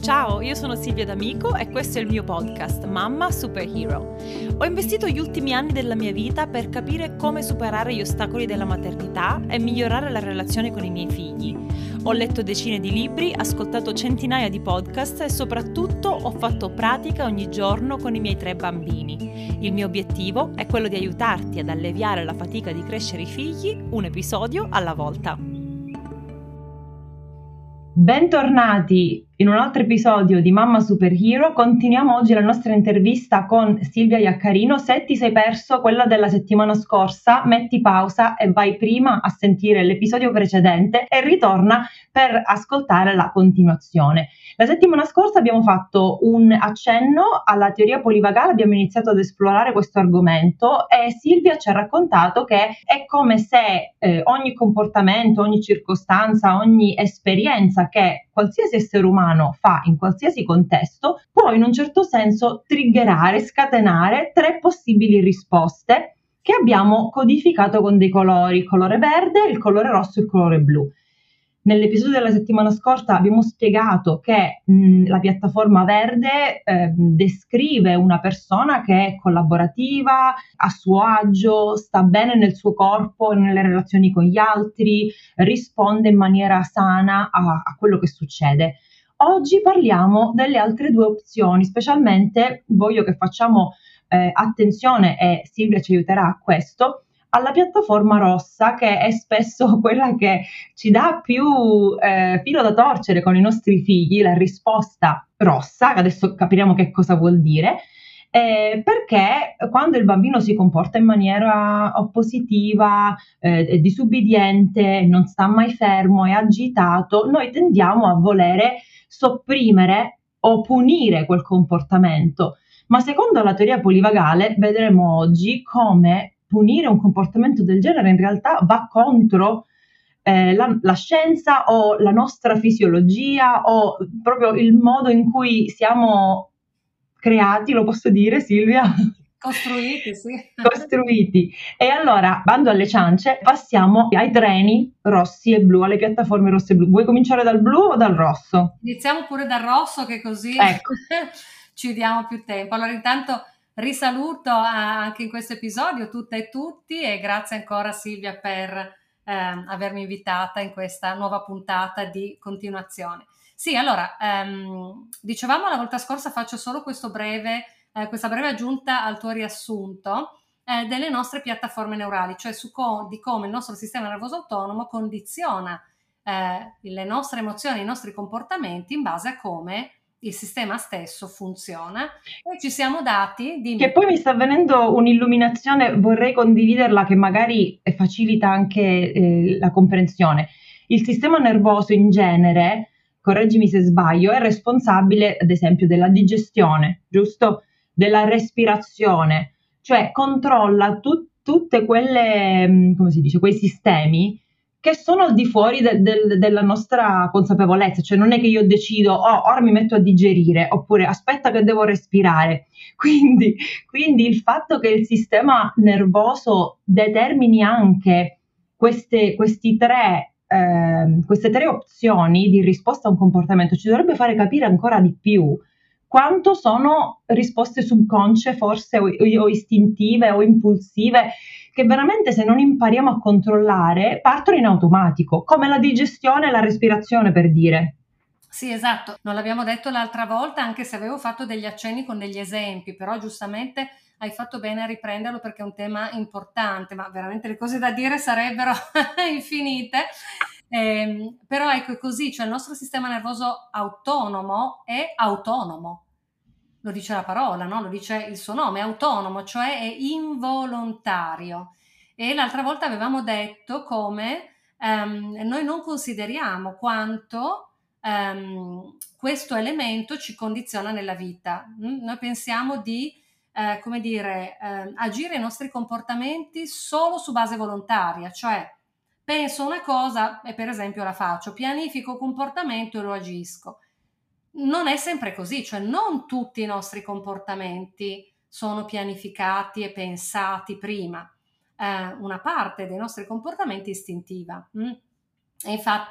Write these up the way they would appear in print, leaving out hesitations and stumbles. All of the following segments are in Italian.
Ciao, io sono Silvia D'Amico e questo è il mio podcast Mamma Superhero. Ho investito gli ultimi anni della mia vita per capire come superare gli ostacoli della maternità e migliorare la relazione con i miei figli. Ho letto decine di libri, ascoltato centinaia di podcast e soprattutto ho fatto pratica ogni giorno con i miei 3 bambini. Il mio obiettivo è quello di aiutarti ad alleviare la fatica di crescere i figli, un episodio alla volta. Bentornati in un altro episodio di Mamma Superhero. Continuiamo oggi la nostra intervista con Silvia Iaccarino. Se ti sei perso quella della settimana scorsa, metti pausa e vai prima a sentire l'episodio precedente e ritorna per ascoltare la continuazione. La settimana scorsa abbiamo fatto un accenno alla teoria polivagale, abbiamo iniziato ad esplorare questo argomento e Silvia ci ha raccontato che è come se ogni comportamento, ogni circostanza, ogni esperienza che qualsiasi essere umano fa in qualsiasi contesto può in un certo senso triggerare, scatenare 3 possibili risposte che abbiamo codificato con dei colori: il colore verde, il colore rosso e il colore blu. Nell'episodio della settimana scorsa abbiamo spiegato che la piattaforma verde descrive una persona che è collaborativa, a suo agio, sta bene nel suo corpo e nelle relazioni con gli altri, risponde in maniera sana a quello che succede. Oggi parliamo delle altre 2 opzioni, specialmente voglio che facciamo attenzione, e Silvia ci aiuterà a questo, alla piattaforma rossa, che è spesso quella che ci dà più filo da torcere con i nostri figli, la risposta rossa. Adesso capiremo che cosa vuol dire, perché quando il bambino si comporta in maniera oppositiva, è disubbidiente, non sta mai fermo, è agitato, noi tendiamo a volere sopprimere o punire quel comportamento. Ma secondo la teoria polivagale vedremo oggi come punire un comportamento del genere in realtà va contro la scienza o la nostra fisiologia o proprio il modo in cui siamo creati, lo posso dire, Silvia? Costruiti, sì. Costruiti. E allora, bando alle ciance, passiamo ai treni rossi e blu, alle piattaforme rosse e blu. Vuoi cominciare dal blu o dal rosso? Iniziamo pure dal rosso, che così Ecco. ci diamo più tempo. Allora, intanto risaluto anche in questo episodio tutte e tutti e grazie ancora Silvia per avermi invitata in questa nuova puntata di continuazione. Sì, allora, dicevamo la volta scorsa, faccio solo questa breve aggiunta al tuo riassunto delle nostre piattaforme neurali, cioè di come il nostro sistema nervoso autonomo condiziona le nostre emozioni, i nostri comportamenti in base a come il sistema stesso funziona, e ci siamo dati Che poi mi sta venendo un'illuminazione, vorrei condividerla, che magari facilita anche la comprensione. Il sistema nervoso in genere, correggimi se sbaglio, è responsabile ad esempio della digestione, giusto? Della respirazione, cioè controlla tutte quelle, come si dice, quei sistemi che sono al di fuori della nostra consapevolezza. Cioè non è che io decido, oh, ora mi metto a digerire, oppure aspetta che devo respirare. Quindi il fatto che il sistema nervoso determini anche queste 3 opzioni di risposta a un comportamento ci dovrebbe fare capire ancora di più quanto sono risposte subconsce, forse o istintive o impulsive, che veramente, se non impariamo a controllare, partono in automatico, come la digestione e la respirazione, per dire. Sì, esatto, non l'abbiamo detto l'altra volta, anche se avevo fatto degli accenni con degli esempi, però giustamente hai fatto bene a riprenderlo perché è un tema importante, ma veramente le cose da dire sarebbero infinite. Però ecco, è così, cioè il nostro sistema nervoso autonomo è autonomo, lo dice la parola, no? Lo dice il suo nome, è autonomo, cioè è involontario. E l'altra volta avevamo detto come noi non consideriamo quanto questo elemento ci condiziona nella vita. Noi pensiamo di agire i nostri comportamenti solo su base volontaria, cioè penso una cosa e per esempio la faccio, pianifico comportamento e lo agisco. Non è sempre così, cioè non tutti i nostri comportamenti sono pianificati e pensati prima. Una parte dei nostri comportamenti è istintiva. E infatti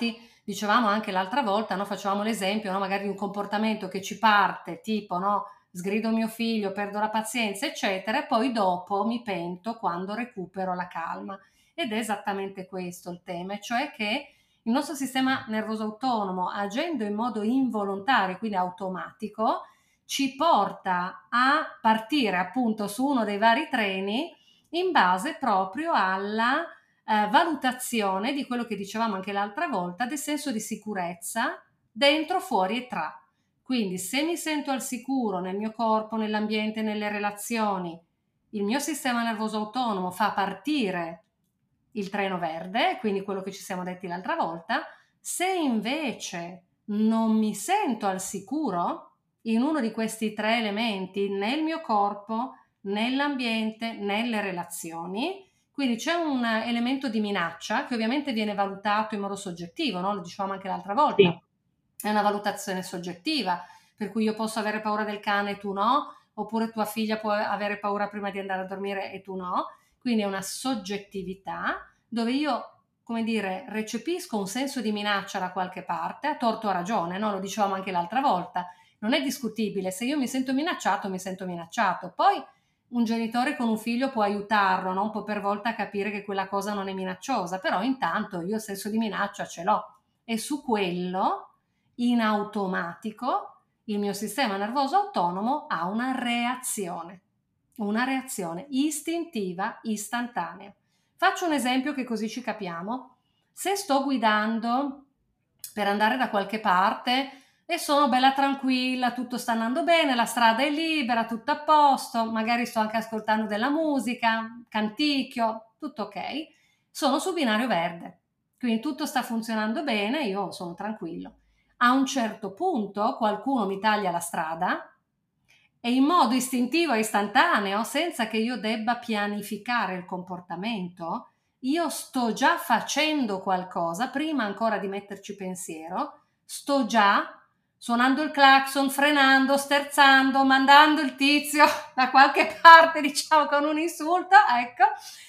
dicevamo anche l'altra volta, no? Facevamo l'esempio, no? Magari di un comportamento che ci parte, tipo, no? Sgrido mio figlio, perdo la pazienza, eccetera, e poi dopo mi pento quando recupero la calma. Ed è esattamente questo il tema, cioè che il nostro sistema nervoso autonomo, agendo in modo involontario, quindi automatico, ci porta a partire appunto su uno dei vari treni in base proprio alla valutazione di quello che dicevamo anche l'altra volta, del senso di sicurezza dentro, fuori e tra. Quindi se mi sento al sicuro nel mio corpo, nell'ambiente, nelle relazioni, il mio sistema nervoso autonomo fa partire il treno verde, quindi quello che ci siamo detti l'altra volta. Se invece non mi sento al sicuro in uno di questi tre elementi, nel mio corpo, nell'ambiente, nelle relazioni, quindi c'è un elemento di minaccia che ovviamente viene valutato in modo soggettivo, no? Lo dicevamo anche l'altra volta. Sì. È una valutazione soggettiva, per cui io posso avere paura del cane e tu no, oppure tua figlia può avere paura prima di andare a dormire e tu no. Quindi è una soggettività dove io, come dire, recepisco un senso di minaccia da qualche parte, a torto o a ragione, no? Lo dicevamo anche l'altra volta. Non è discutibile, se io mi sento minacciato, mi sento minacciato. Poi un genitore con un figlio può aiutarlo, no? Un po' per volta a capire che quella cosa non è minacciosa, però intanto io il senso di minaccia ce l'ho. E su quello, in automatico, il mio sistema nervoso autonomo ha una reazione istintiva, istantanea. Faccio un esempio che così ci capiamo. Se sto guidando per andare da qualche parte e sono bella tranquilla, tutto sta andando bene, la strada è libera, tutto a posto, magari sto anche ascoltando della musica, canticchio, tutto ok, sono su binario verde, quindi tutto sta funzionando bene, io sono tranquillo. A un certo punto qualcuno mi taglia la strada e in modo istintivo e istantaneo, senza che io debba pianificare il comportamento, io sto già facendo qualcosa, prima ancora di metterci pensiero, sto già suonando il clacson, frenando, sterzando, mandando il tizio da qualche parte, diciamo con un insulto, ecco,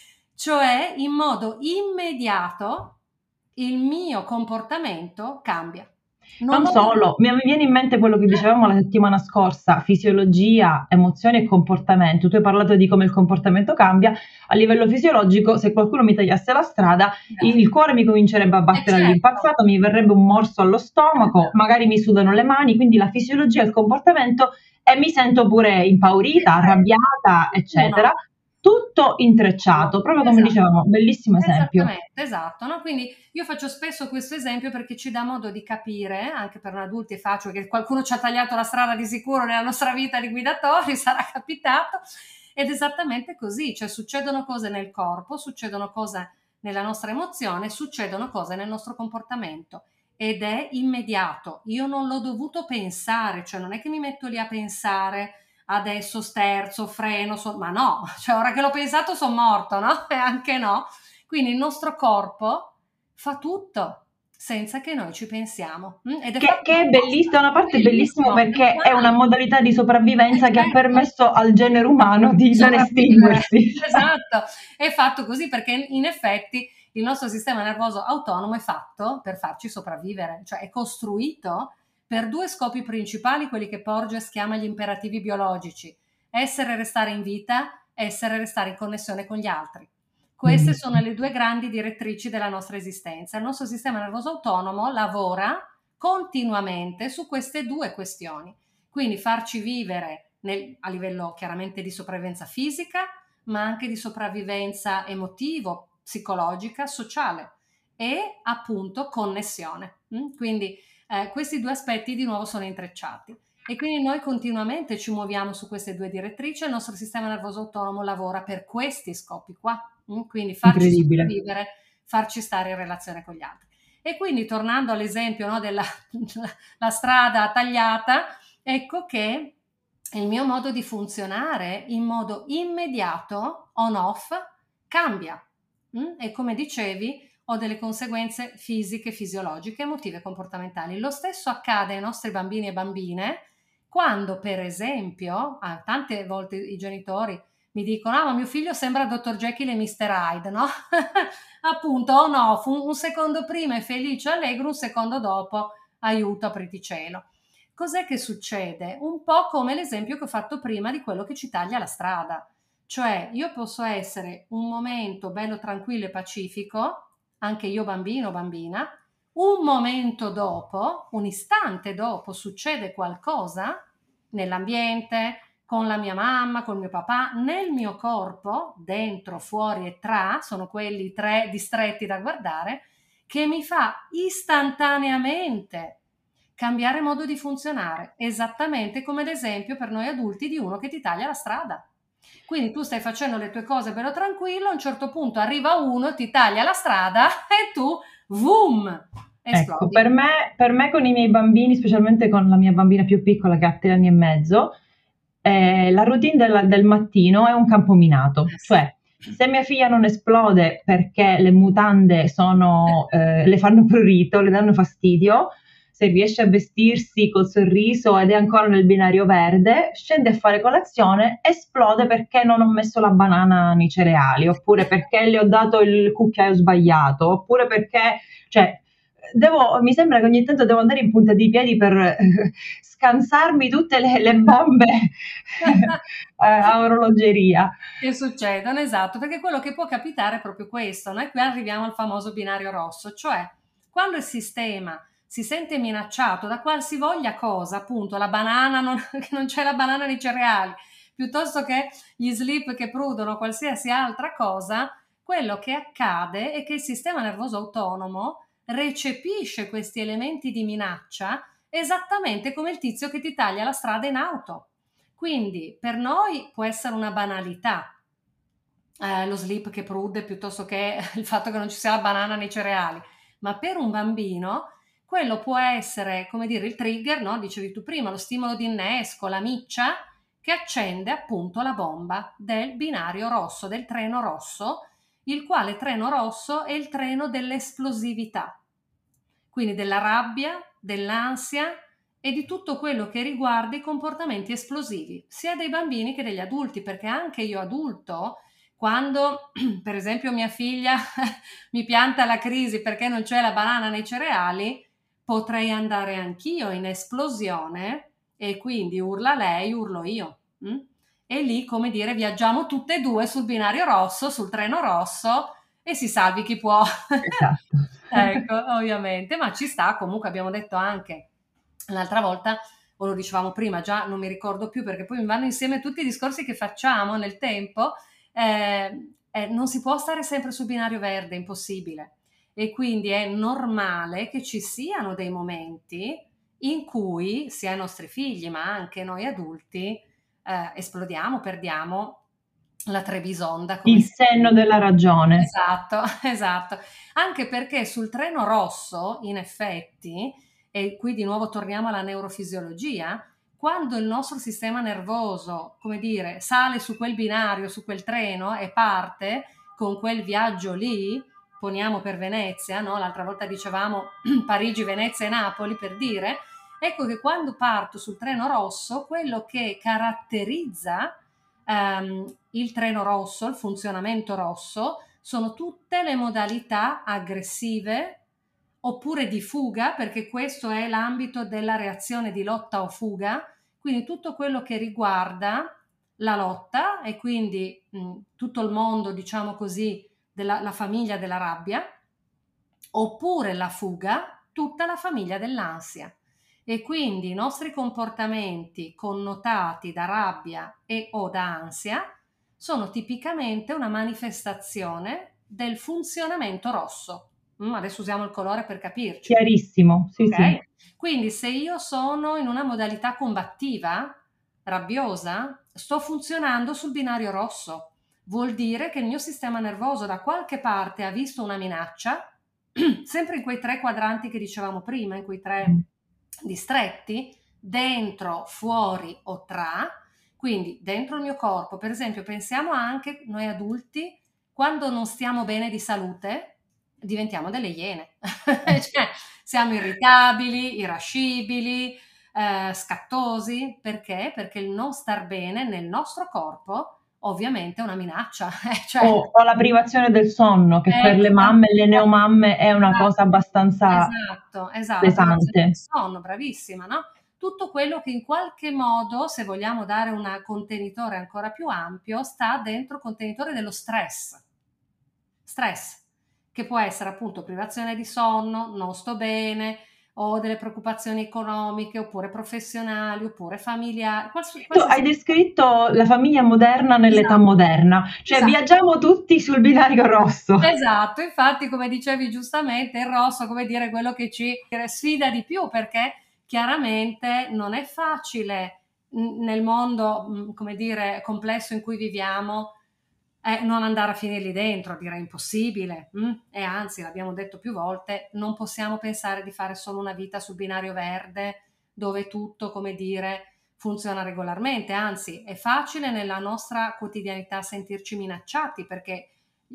cioè in modo immediato il mio comportamento cambia. Non solo, mi viene in mente quello che dicevamo la settimana scorsa, fisiologia, emozioni e comportamento. Tu hai parlato di come il comportamento cambia. A livello fisiologico, se qualcuno mi tagliasse la strada, il cuore mi comincerebbe a battere all'impazzato, mi verrebbe un morso allo stomaco, magari mi sudano le mani, quindi la fisiologia, il comportamento, e mi sento pure impaurita, arrabbiata, eccetera. Tutto intrecciato, proprio come dicevamo, bellissimo esempio. Esattamente, esatto, no? Quindi io faccio spesso questo esempio perché ci dà modo di capire, anche per noi adulti è facile, che qualcuno ci ha tagliato la strada di sicuro nella nostra vita di guidatori, sarà capitato, ed esattamente così, cioè succedono cose nel corpo, succedono cose nella nostra emozione, succedono cose nel nostro comportamento ed è immediato, io non l'ho dovuto pensare, cioè non è che mi metto lì a pensare adesso sterzo, freno, ma no, cioè ora che l'ho pensato sono morto, no? E anche no. Quindi il nostro corpo fa tutto senza che noi ci pensiamo. Ed che è bellissima, è una parte bellissima perché è una modalità di sopravvivenza che ha permesso al genere umano di non estinguersi. Esatto, è fatto così perché in effetti il nostro sistema nervoso autonomo è fatto per farci sopravvivere, cioè è costruito per due scopi principali, quelli che Porges chiama gli imperativi biologici: essere e restare in vita, essere e restare in connessione con gli altri. Queste sono le due grandi direttrici della nostra esistenza. Il nostro sistema nervoso autonomo lavora continuamente su queste due questioni, quindi farci vivere a livello chiaramente di sopravvivenza fisica, ma anche di sopravvivenza emotivo, psicologica, sociale e appunto connessione. Quindi questi due aspetti di nuovo sono intrecciati e quindi noi continuamente ci muoviamo su queste due direttrici. Il nostro sistema nervoso autonomo lavora per questi scopi qua, quindi farci sopravvivere, farci stare in relazione con gli altri. E quindi tornando all'esempio, no, della la strada tagliata, ecco che il mio modo di funzionare in modo immediato, on-off, cambia. E come dicevi, ho delle conseguenze fisiche, fisiologiche, emotive e comportamentali. Lo stesso accade ai nostri bambini e bambine quando, per esempio, tante volte i genitori mi dicono, ma mio figlio sembra Dr. Jekyll e Mr. Hyde, no? Appunto, o no, un secondo prima è felice, allegro, un secondo dopo, aiuto, apriti cielo. Cos'è che succede? Un po' come l'esempio che ho fatto prima di quello che ci taglia la strada. Cioè, io posso essere un momento bello tranquillo e pacifico, anche io bambino o bambina, un momento dopo, un istante dopo, succede qualcosa nell'ambiente, con la mia mamma, col mio papà, nel mio corpo, dentro, fuori e tra, sono quelli tre distretti da guardare, che mi fa istantaneamente cambiare modo di funzionare, esattamente come l'esempio per noi adulti di uno che ti taglia la strada. Quindi tu stai facendo le tue cose bello tranquillo, a un certo punto arriva uno, ti taglia la strada e tu, boom, Ecco, esplodi. per me con i miei bambini, specialmente con la mia bambina più piccola che ha 3 anni e mezzo, la routine del mattino è un campo minato, Sì. cioè se mia figlia non esplode perché le mutande le fanno prurito, le danno fastidio, se riesce a vestirsi col sorriso ed è ancora nel binario verde, scende a fare colazione, esplode perché non ho messo la banana nei cereali, oppure perché le ho dato il cucchiaio sbagliato, oppure perché, cioè, mi sembra che ogni tanto devo andare in punta di piedi per scansarmi tutte le bombe a orologeria. Che succedono, esatto, perché quello che può capitare è proprio questo. Noi qui arriviamo al famoso binario rosso, cioè quando il sistema si sente minacciato da qualsivoglia cosa, appunto la banana, che non c'è la banana nei cereali, piuttosto che gli slip che prudono, qualsiasi altra cosa, quello che accade è che il sistema nervoso autonomo recepisce questi elementi di minaccia esattamente come il tizio che ti taglia la strada in auto. Quindi per noi può essere una banalità, lo slip che prude piuttosto che il fatto che non ci sia la banana nei cereali, ma per un bambino quello può essere, come dire, il trigger, no? Dicevi tu prima, lo stimolo di innesco, la miccia che accende appunto la bomba del binario rosso, del treno rosso, il quale treno rosso è il treno dell'esplosività, quindi della rabbia, dell'ansia e di tutto quello che riguarda i comportamenti esplosivi, sia dei bambini che degli adulti, perché anche io adulto, quando per esempio mia figlia mi pianta la crisi perché non c'è la banana nei cereali, potrei andare anch'io in esplosione e quindi urla lei, urlo io. E lì, come dire, viaggiamo tutte e due sul binario rosso, sul treno rosso e si salvi chi può. Esatto. Ecco, ovviamente, ma ci sta, comunque abbiamo detto anche l'altra volta, o lo dicevamo prima, già non mi ricordo più perché poi mi vanno insieme tutti i discorsi che facciamo nel tempo, non si può stare sempre sul binario verde, è impossibile. E quindi è normale che ci siano dei momenti in cui sia i nostri figli, ma anche noi adulti, esplodiamo, perdiamo la trebisonda, come Il si senno dice. della ragione. Esatto, esatto. Anche perché sul treno rosso, in effetti, e qui di nuovo torniamo alla neurofisiologia, quando il nostro sistema nervoso, come dire, sale su quel binario, su quel treno e parte con quel viaggio lì, poniamo per Venezia, no? L'altra volta dicevamo Parigi, Venezia e Napoli per dire, ecco che quando parto sul treno rosso, quello che caratterizza il treno rosso, il funzionamento rosso, sono tutte le modalità aggressive oppure di fuga, perché questo è l'ambito della reazione di lotta o fuga, quindi tutto quello che riguarda la lotta e quindi tutto il mondo, diciamo così, della famiglia della rabbia, oppure la fuga, tutta la famiglia dell'ansia. E quindi i nostri comportamenti connotati da rabbia e o da ansia sono tipicamente una manifestazione del funzionamento rosso. Adesso usiamo il colore per capirci. Chiarissimo, sì, sì. Ok? Quindi se io sono in una modalità combattiva, rabbiosa, sto funzionando sul binario rosso. Vuol dire che il mio sistema nervoso da qualche parte ha visto una minaccia, sempre in quei 3 quadranti che dicevamo prima, in quei 3 distretti, dentro, fuori o tra, quindi dentro il mio corpo. Per esempio, pensiamo anche noi adulti, quando non stiamo bene di salute, diventiamo delle iene. Cioè, siamo irritabili, irascibili, scattosi. Perché? Perché il non star bene nel nostro corpo ovviamente è una minaccia. Cioè, O la privazione del sonno, che per le ecco, mamme, le neomamme, è una cosa abbastanza esatto, la privazione del pesante. sonno, bravissima, no? Tutto quello che in qualche modo, se vogliamo dare un contenitore ancora più ampio, sta dentro il contenitore dello stress. Stress, che può essere appunto privazione di sonno, non sto bene, o delle preoccupazioni economiche, oppure professionali, oppure familiari, Tu hai qualsiasi. descritto la famiglia moderna nell'età Esatto, moderna, cioè esatto. viaggiamo tutti sul binario rosso. Esatto, infatti come dicevi giustamente, il rosso, come dire, quello che ci sfida di più, perché chiaramente non è facile nel mondo, come dire, complesso in cui viviamo, non andare a finire lì dentro, direi impossibile. E anzi, l'abbiamo detto più volte, non possiamo pensare di fare solo una vita sul binario verde, dove tutto, come dire, funziona regolarmente, anzi è facile nella nostra quotidianità sentirci minacciati perché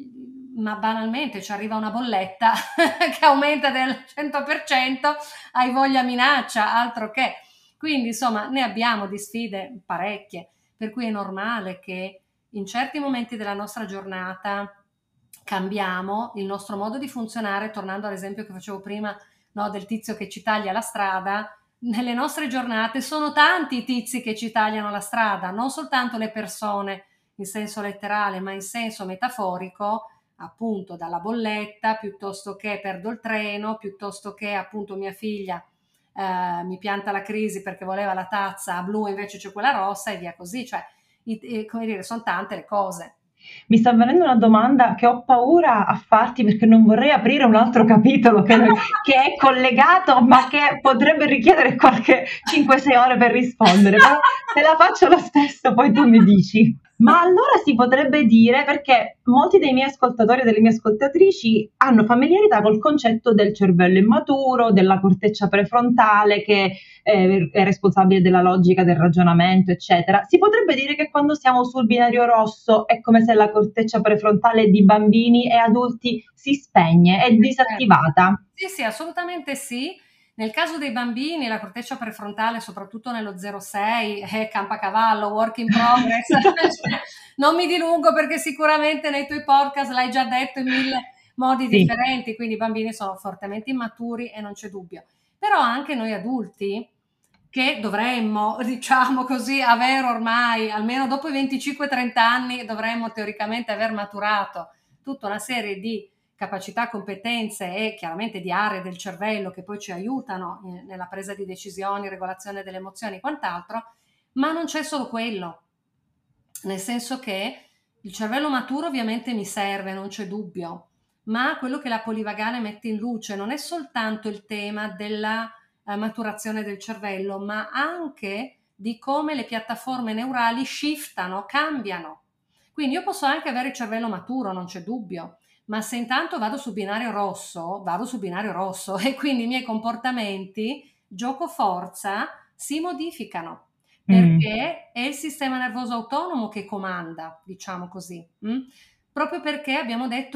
ma banalmente ci arriva una bolletta che aumenta del 100%, hai voglia minaccia, altro che. Quindi insomma ne abbiamo di sfide parecchie, per cui è normale che in certi momenti della nostra giornata cambiamo il nostro modo di funzionare, tornando all'esempio che facevo prima, no, del tizio che ci taglia la strada. Nelle nostre giornate sono tanti i tizi che ci tagliano la strada, non soltanto le persone in senso letterale, ma in senso metaforico, appunto dalla bolletta, piuttosto che perdo il treno, piuttosto che appunto mia figlia mi pianta la crisi perché voleva la tazza blu invece c'è quella rossa e via così, cioè come dire, sono tante le cose. Mi sta venendo una domanda che ho paura a farti perché non vorrei aprire un altro capitolo che è collegato, ma che potrebbe richiedere qualche 5-6 ore per rispondere, però te la faccio lo stesso, poi tu mi dici. Ma allora si potrebbe dire, perché molti dei miei ascoltatori e delle mie ascoltatrici hanno familiarità col concetto del cervello immaturo, della corteccia prefrontale che è responsabile della logica, del ragionamento, eccetera. Si potrebbe dire che quando siamo sul binario rosso è come se la corteccia prefrontale di bambini e adulti si spegne, è disattivata. Sì, sì, assolutamente sì. Nel caso dei bambini, la corteccia prefrontale, soprattutto nello 0-6, è campacavallo, work in progress. Non mi dilungo perché sicuramente nei tuoi podcast l'hai già detto in mille modi Sì. differenti, quindi i bambini sono fortemente immaturi e non c'è dubbio. Però anche noi adulti, che dovremmo, diciamo così, avere ormai, almeno dopo i 25-30 anni, dovremmo teoricamente aver maturato tutta una serie di capacità, competenze e chiaramente di aree del cervello che poi ci aiutano nella presa di decisioni, regolazione delle emozioni e quant'altro, ma non c'è solo quello, nel senso che il cervello maturo ovviamente mi serve, non c'è dubbio, ma quello che la polivagale mette in luce non è soltanto il tema della maturazione del cervello, ma anche di come le piattaforme neurali shiftano, cambiano. Quindi io posso anche avere il cervello maturo, non c'è dubbio, ma se intanto vado sul binario rosso e quindi i miei comportamenti, gioco forza, si modificano perché è il sistema nervoso autonomo che comanda, diciamo così, proprio perché abbiamo detto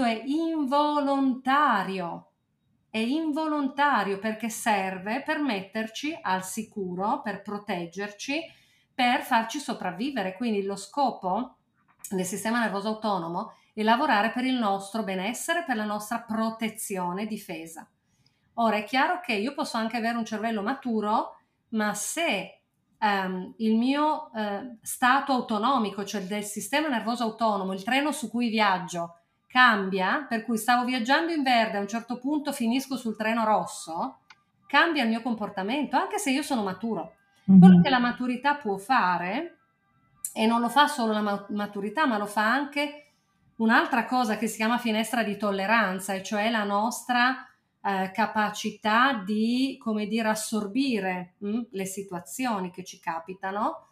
è involontario perché serve per metterci al sicuro, per proteggerci, per farci sopravvivere. Quindi lo scopo del sistema nervoso autonomo e lavorare per il nostro benessere, per la nostra protezione, difesa. Ora è chiaro che io posso anche avere un cervello maturo, ma se il mio stato autonomico, cioè del sistema nervoso autonomo, il treno su cui viaggio, cambia, per cui stavo viaggiando in verde, a un certo punto finisco sul treno rosso, cambia il mio comportamento, anche se io sono maturo. Quello che la maturità può fare, e non lo fa solo la maturità, ma lo fa anche un'altra cosa che si chiama finestra di tolleranza, e cioè la nostra capacità di, come dire, assorbire le situazioni che ci capitano,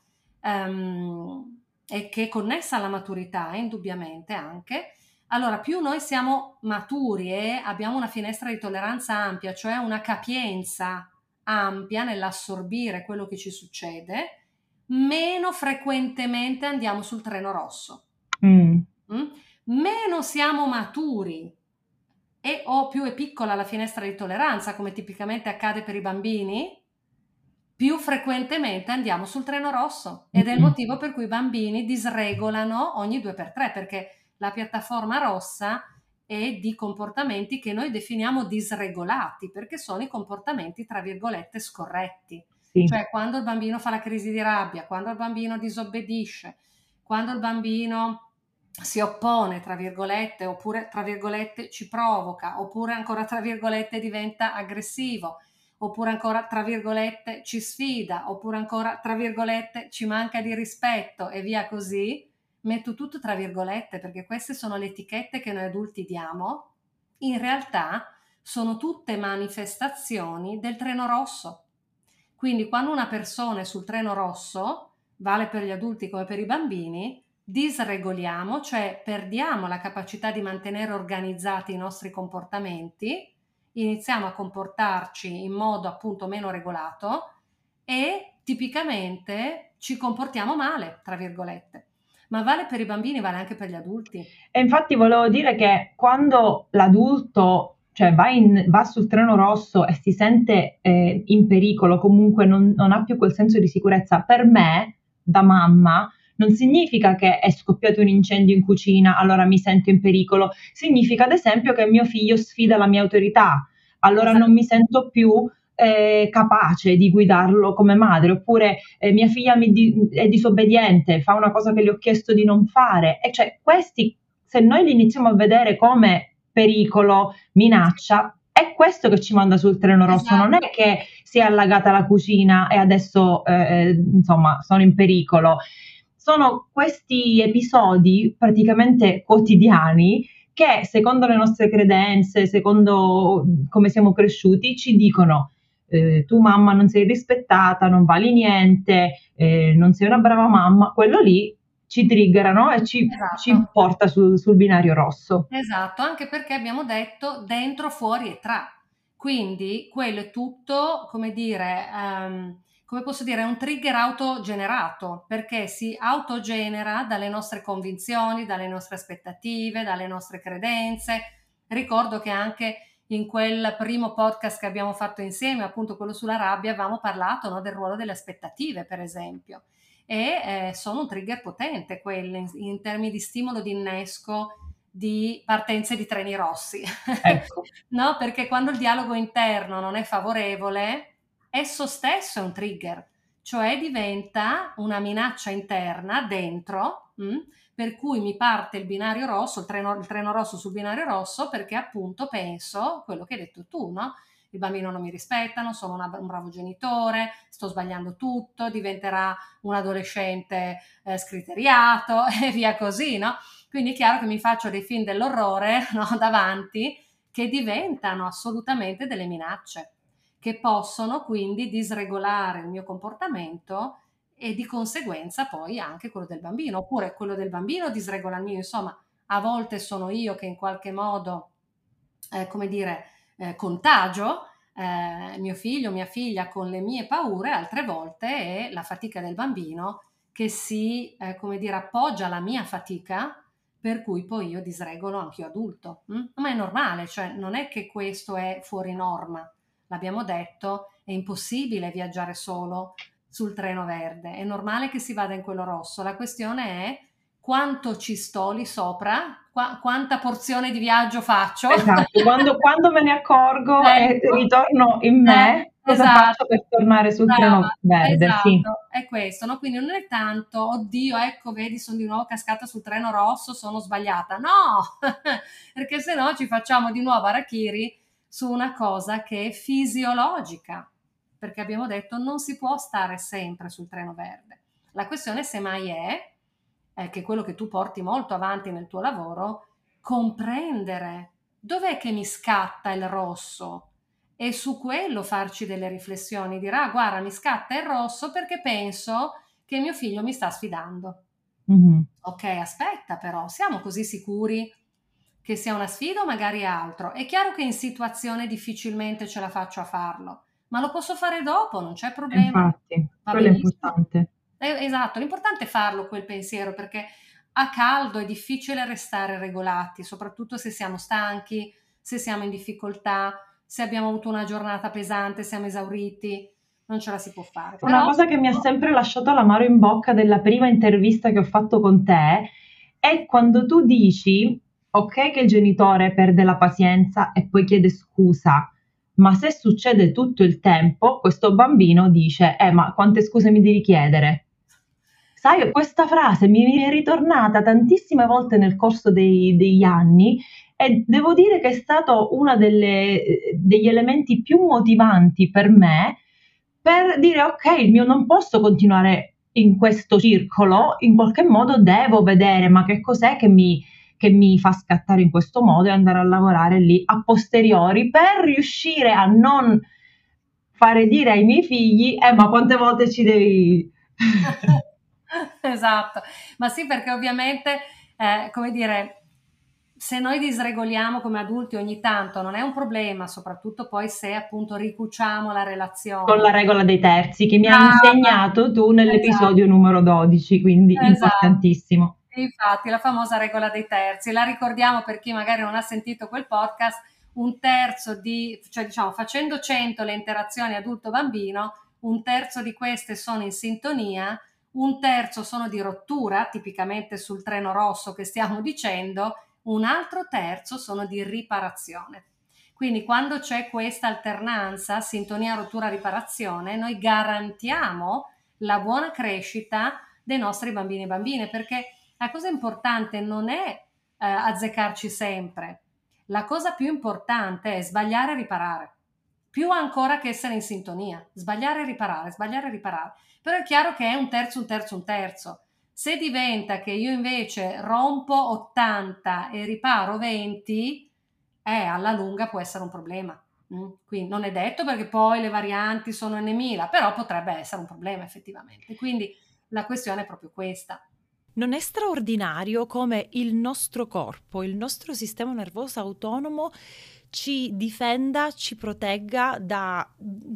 e che è connessa alla maturità, indubbiamente anche. Allora, più noi siamo maturi e abbiamo una finestra di tolleranza ampia, cioè una capienza ampia nell'assorbire quello che ci succede, meno frequentemente andiamo sul treno rosso. Meno siamo maturi o più è piccola la finestra di tolleranza, come tipicamente accade per i bambini, più frequentemente andiamo sul treno rosso, ed è il motivo per cui i bambini disregolano ogni 2x3, perché la piattaforma rossa è di comportamenti che noi definiamo disregolati, perché sono i comportamenti tra virgolette scorretti. Sì. Cioè quando il bambino fa la crisi di rabbia, quando il bambino disobbedisce, quando il bambino si oppone, tra virgolette, oppure tra virgolette ci provoca, oppure ancora tra virgolette diventa aggressivo, oppure ancora tra virgolette ci sfida, oppure ancora tra virgolette ci manca di rispetto e via così. Metto tutto tra virgolette perché queste sono le etichette che noi adulti diamo. In realtà sono tutte manifestazioni del treno rosso. Quindi quando una persona è sul treno rosso, vale per gli adulti come per i bambini, disregoliamo, cioè perdiamo la capacità di mantenere organizzati i nostri comportamenti, iniziamo a comportarci in modo appunto meno regolato e tipicamente ci comportiamo male, tra virgolette. Ma vale per i bambini, vale anche per gli adulti. E infatti volevo dire che quando l'adulto, cioè, va sul treno rosso e si sente in pericolo, comunque non ha più quel senso di sicurezza, per me, da mamma, non significa che è scoppiato un incendio in cucina, allora mi sento in pericolo. Significa, ad esempio, che mio figlio sfida la mia autorità, allora Esatto. non mi sento più capace di guidarlo come madre, oppure mia figlia è disobbediente, fa una cosa che le ho chiesto di non fare. E cioè questi, se noi li iniziamo a vedere come pericolo, minaccia, è questo che ci manda sul treno rosso. Esatto. Non è che si è allagata la cucina e adesso insomma sono in pericolo. Sono questi episodi praticamente quotidiani che, secondo le nostre credenze, secondo come siamo cresciuti, ci dicono tu mamma non sei rispettata, non vali niente, non sei una brava mamma. Quello lì ci triggerano e ci porta sul binario rosso. Esatto, anche perché abbiamo detto dentro, fuori e tra. Quindi quello è tutto, come dire, come posso dire, è un trigger autogenerato, perché si autogenera dalle nostre convinzioni, dalle nostre aspettative, dalle nostre credenze. Ricordo che anche in quel primo podcast che abbiamo fatto insieme, appunto quello sulla rabbia, avevamo parlato, no, del ruolo delle aspettative, per esempio. E sono un trigger potente quelle in termini di stimolo di innesco di partenze di treni rossi. Ecco. No, perché quando il dialogo interno non è favorevole, esso stesso è un trigger, cioè diventa una minaccia interna dentro, per cui mi parte il binario rosso, il treno rosso sul binario rosso, perché appunto penso quello che hai detto tu, no? Il bambino non mi rispetta, non sono un bravo genitore, sto sbagliando tutto, diventerà un adolescente scriteriato e via così, no? Quindi è chiaro che mi faccio dei film dell'orrore, no, davanti, che diventano assolutamente delle minacce, che possono quindi disregolare il mio comportamento e di conseguenza poi anche quello del bambino, oppure quello del bambino disregola il mio. Insomma, a volte sono io che in qualche modo, come dire, contagio mio figlio, mia figlia con le mie paure, altre volte è la fatica del bambino che si, come dire, appoggia alla mia fatica, per cui poi io disregolo anche io adulto. Ma è normale, cioè non è che questo è fuori norma, l'abbiamo detto, è impossibile viaggiare solo sul treno verde, è normale che si vada in quello rosso, la questione è quanto ci sto lì sopra, quanta porzione di viaggio faccio. Esatto, quando me ne accorgo e Ecco. ritorno in me, cosa faccio per tornare sul treno verde? Esatto, Sì. è questo, no? Quindi non è tanto, oddio, ecco, vedi, sono di nuovo cascata sul treno rosso, sono sbagliata. No, perché se no ci facciamo di nuovo harakiri su una cosa che è fisiologica, perché abbiamo detto non si può stare sempre sul treno verde. La questione semmai è che quello che tu porti molto avanti nel tuo lavoro, comprendere dov'è che mi scatta il rosso e su quello farci delle riflessioni, dirà guarda mi scatta il rosso perché penso che mio figlio mi sta sfidando. Ok, aspetta però, siamo così sicuri che sia una sfida o magari altro? È chiaro che in situazione difficilmente ce la faccio a farlo, ma lo posso fare dopo, non c'è problema. Infatti, Va quello è benissimo. importante. Esatto, l'importante è farlo quel pensiero, perché a caldo è difficile restare regolati, soprattutto se siamo stanchi, se siamo in difficoltà, se abbiamo avuto una giornata pesante, siamo esauriti. non ce la si può fare. Una Però, cosa che mi ha sempre lasciato l'amaro in bocca della prima intervista che ho fatto con te è quando tu dici, ok, che il genitore perde la pazienza e poi chiede scusa, ma se succede tutto il tempo, questo bambino dice, ma quante scuse mi devi chiedere? Sai, questa frase mi è ritornata tantissime volte nel corso degli anni e devo dire che è stato uno degli elementi più motivanti per me per dire ok, io non posso continuare in questo circolo, in qualche modo devo vedere ma che cos'è che mi fa scattare in questo modo e andare a lavorare lì a posteriori per riuscire a non fare dire ai miei figli, ma quante volte ci devi... esatto, ma sì, perché ovviamente, come dire, se noi disregoliamo come adulti ogni tanto non è un problema, soprattutto poi se appunto ricuciamo la Con relazione. la regola dei terzi che mi hai Brava, insegnato tu esatto, nell'episodio numero 12, quindi esatto. importantissimo. Infatti, la famosa regola dei terzi, la ricordiamo per chi magari non ha sentito quel podcast, un terzo cioè diciamo facendo 100 le interazioni adulto-bambino, un terzo di queste sono in sintonia, un terzo sono di rottura, tipicamente sul treno rosso che stiamo dicendo, un altro terzo sono di riparazione. Quindi quando c'è questa alternanza, sintonia, rottura, riparazione, noi garantiamo la buona crescita dei nostri bambini e bambine, perché la cosa importante non è azzeccarci sempre, la cosa più importante è sbagliare e riparare, più ancora che essere in sintonia, sbagliare e riparare, sbagliare e riparare. Però è chiaro che è un terzo, un terzo, un terzo. Se diventa che io invece rompo 80 e riparo 20, alla lunga può essere un problema. Quindi non è detto, perché poi le varianti sono n.000, però potrebbe essere un problema effettivamente. Quindi la questione è proprio questa. Non è straordinario come il nostro corpo, il nostro sistema nervoso autonomo ci difenda, ci protegga da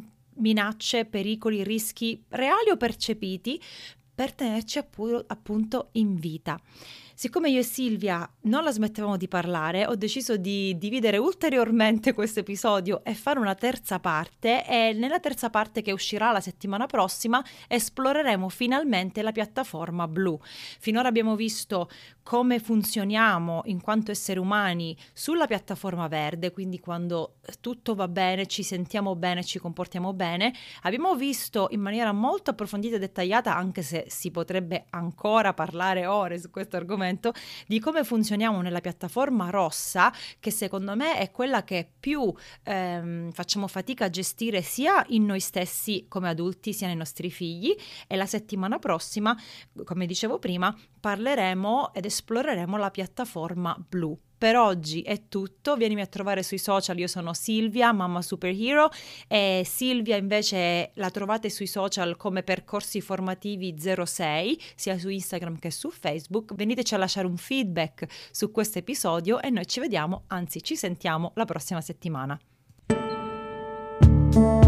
minacce, pericoli, rischi reali o percepiti per tenerci appunto in vita. Siccome io e Silvia non la smettevamo di parlare, ho deciso di dividere ulteriormente questo episodio e fare una terza parte, e nella terza parte, che uscirà la settimana prossima, esploreremo finalmente la piattaforma blu. Finora abbiamo visto come funzioniamo in quanto esseri umani sulla piattaforma verde, quindi quando tutto va bene, ci sentiamo bene, ci comportiamo bene. Abbiamo visto in maniera molto approfondita e dettagliata, anche se si potrebbe ancora parlare ore su questo argomento, di come funzioniamo nella piattaforma rossa, che secondo me è quella che più facciamo fatica a gestire sia in noi stessi come adulti sia nei nostri figli. E la settimana prossima, come dicevo prima, parleremo ed esploreremo la piattaforma blu. Per oggi è tutto, vienimi a trovare sui social, io sono Silvia, Mamma Superhero, e Silvia invece la trovate sui social come Percorsi Formativi 06, sia su Instagram che su Facebook. Veniteci a lasciare un feedback su questo episodio e noi ci vediamo, anzi ci sentiamo la prossima settimana.